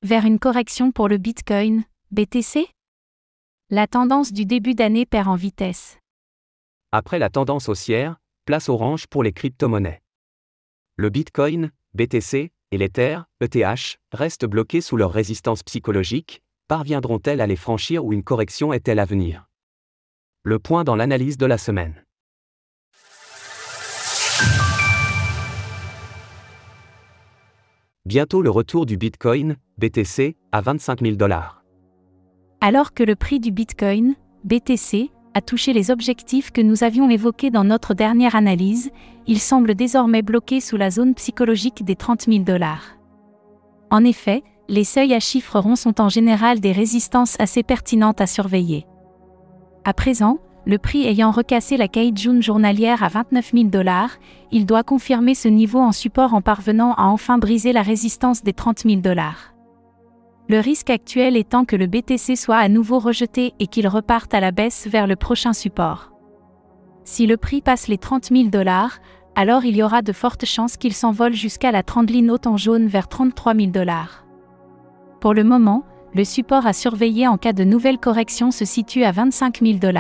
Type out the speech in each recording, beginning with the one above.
vers une correction pour le Bitcoin, BTC? La tendance du début d'année perd en vitesse. Après la tendance haussière, place orange pour les crypto-monnaies. Le Bitcoin, BTC, et l'Ether, ETH, restent bloqués sous leur résistance psychologique. Parviendront-elles à les franchir ou une correction est-elle à venir? Le point dans l'analyse de la semaine. Bientôt le retour du Bitcoin, BTC, à 25 000 $. Alors que le prix du Bitcoin, BTC, a touché les objectifs que nous avions évoqués dans notre dernière analyse, il semble désormais bloqué sous la zone psychologique des 30 000 $. En effet, les seuils à chiffres ronds sont en général des résistances assez pertinentes à surveiller. À présent, le prix ayant recassé la Kijun journalière à 29 000 $, il doit confirmer ce niveau en support en parvenant à enfin briser la résistance des 30 000 $. Le risque actuel étant que le BTC soit à nouveau rejeté et qu'il reparte à la baisse vers le prochain support. Si le prix passe les 30 000 $, alors il y aura de fortes chances qu'il s'envole jusqu'à la trendline haute en jaune vers 33 000 $. Pour le moment, le support à surveiller en cas de nouvelle correction se situe à 25 000 $.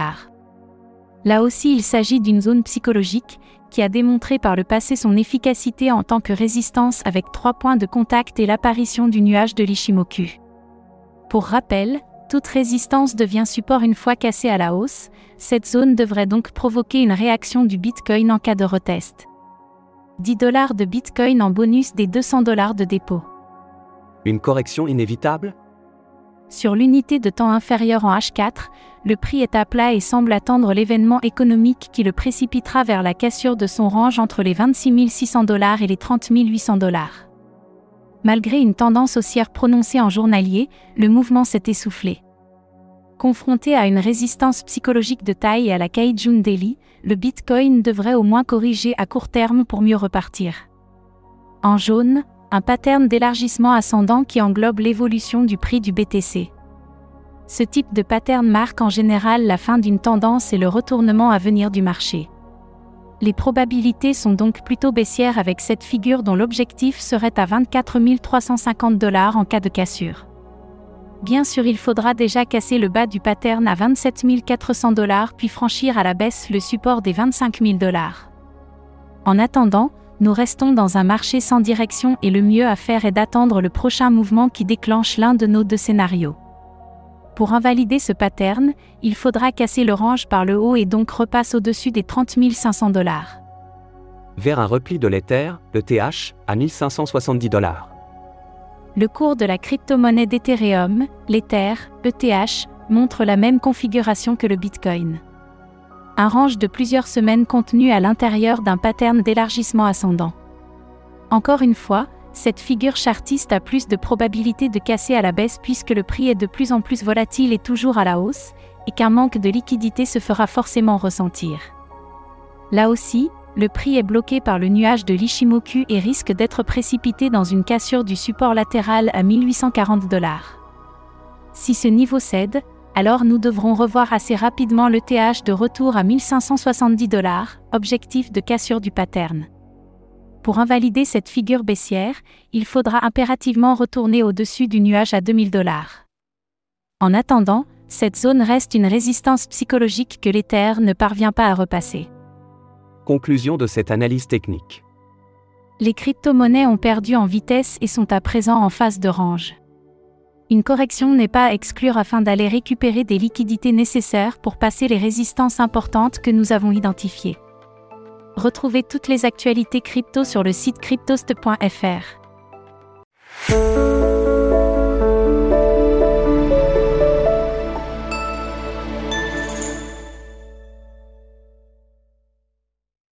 Là aussi, il s'agit d'une zone psychologique qui a démontré par le passé son efficacité en tant que résistance avec 3 points de contact et l'apparition du nuage de l'Ichimoku. Pour rappel, toute résistance devient support une fois cassée à la hausse. Cette zone devrait donc provoquer une réaction du Bitcoin en cas de retest. 10 $ de Bitcoin en bonus des 200 $ de dépôt. Une correction inévitable? Sur l'unité de temps inférieure en H4, le prix est à plat et semble attendre l'événement économique qui le précipitera vers la cassure de son range entre les 26 600 $ et les 30 800 $. Malgré une tendance haussière prononcée en journalier, le mouvement s'est essoufflé. Confronté à une résistance psychologique de taille et à la Kijun Daily, le Bitcoin devrait au moins corriger à court terme pour mieux repartir. En jaune, un pattern d'élargissement ascendant qui englobe l'évolution du prix du BTC. Ce type de pattern marque en général la fin d'une tendance et le retournement à venir du marché. Les probabilités sont donc plutôt baissières avec cette figure dont l'objectif serait à 24 350 $ en cas de cassure. Bien sûr, il faudra déjà casser le bas du pattern à 27 400 $ puis franchir à la baisse le support des 25 000 $. En attendant, nous restons dans un marché sans direction et le mieux à faire est d'attendre le prochain mouvement qui déclenche l'un de nos deux scénarios. Pour invalider ce pattern, il faudra casser le range par le haut et donc repasse au-dessus des 30 500 $. Vers un repli de l'Ether, ETH, à 1570 $. Le cours de la crypto-monnaie d'Ethereum, l'Ether, ETH, montre la même configuration que le Bitcoin. Un range de plusieurs semaines contenu à l'intérieur d'un pattern d'élargissement ascendant. Encore une fois, cette figure chartiste a plus de probabilité de casser à la baisse puisque le prix est de plus en plus volatile et toujours à la hausse, et qu'un manque de liquidité se fera forcément ressentir. Là aussi, le prix est bloqué par le nuage de l'Ichimoku et risque d'être précipité dans une cassure du support latéral à 1840 $. Si ce niveau cède, alors nous devrons revoir assez rapidement l'ETH de retour à 1570 $, objectif de cassure du pattern. Pour invalider cette figure baissière, il faudra impérativement retourner au-dessus du nuage à 2000 $. En attendant, cette zone reste une résistance psychologique que l'Ether ne parvient pas à repasser. Conclusion de cette analyse technique. Les crypto-monnaies ont perdu en vitesse et sont à présent en phase de range. Une correction n'est pas à exclure afin d'aller récupérer des liquidités nécessaires pour passer les résistances importantes que nous avons identifiées. Retrouvez toutes les actualités crypto sur le site cryptost.fr.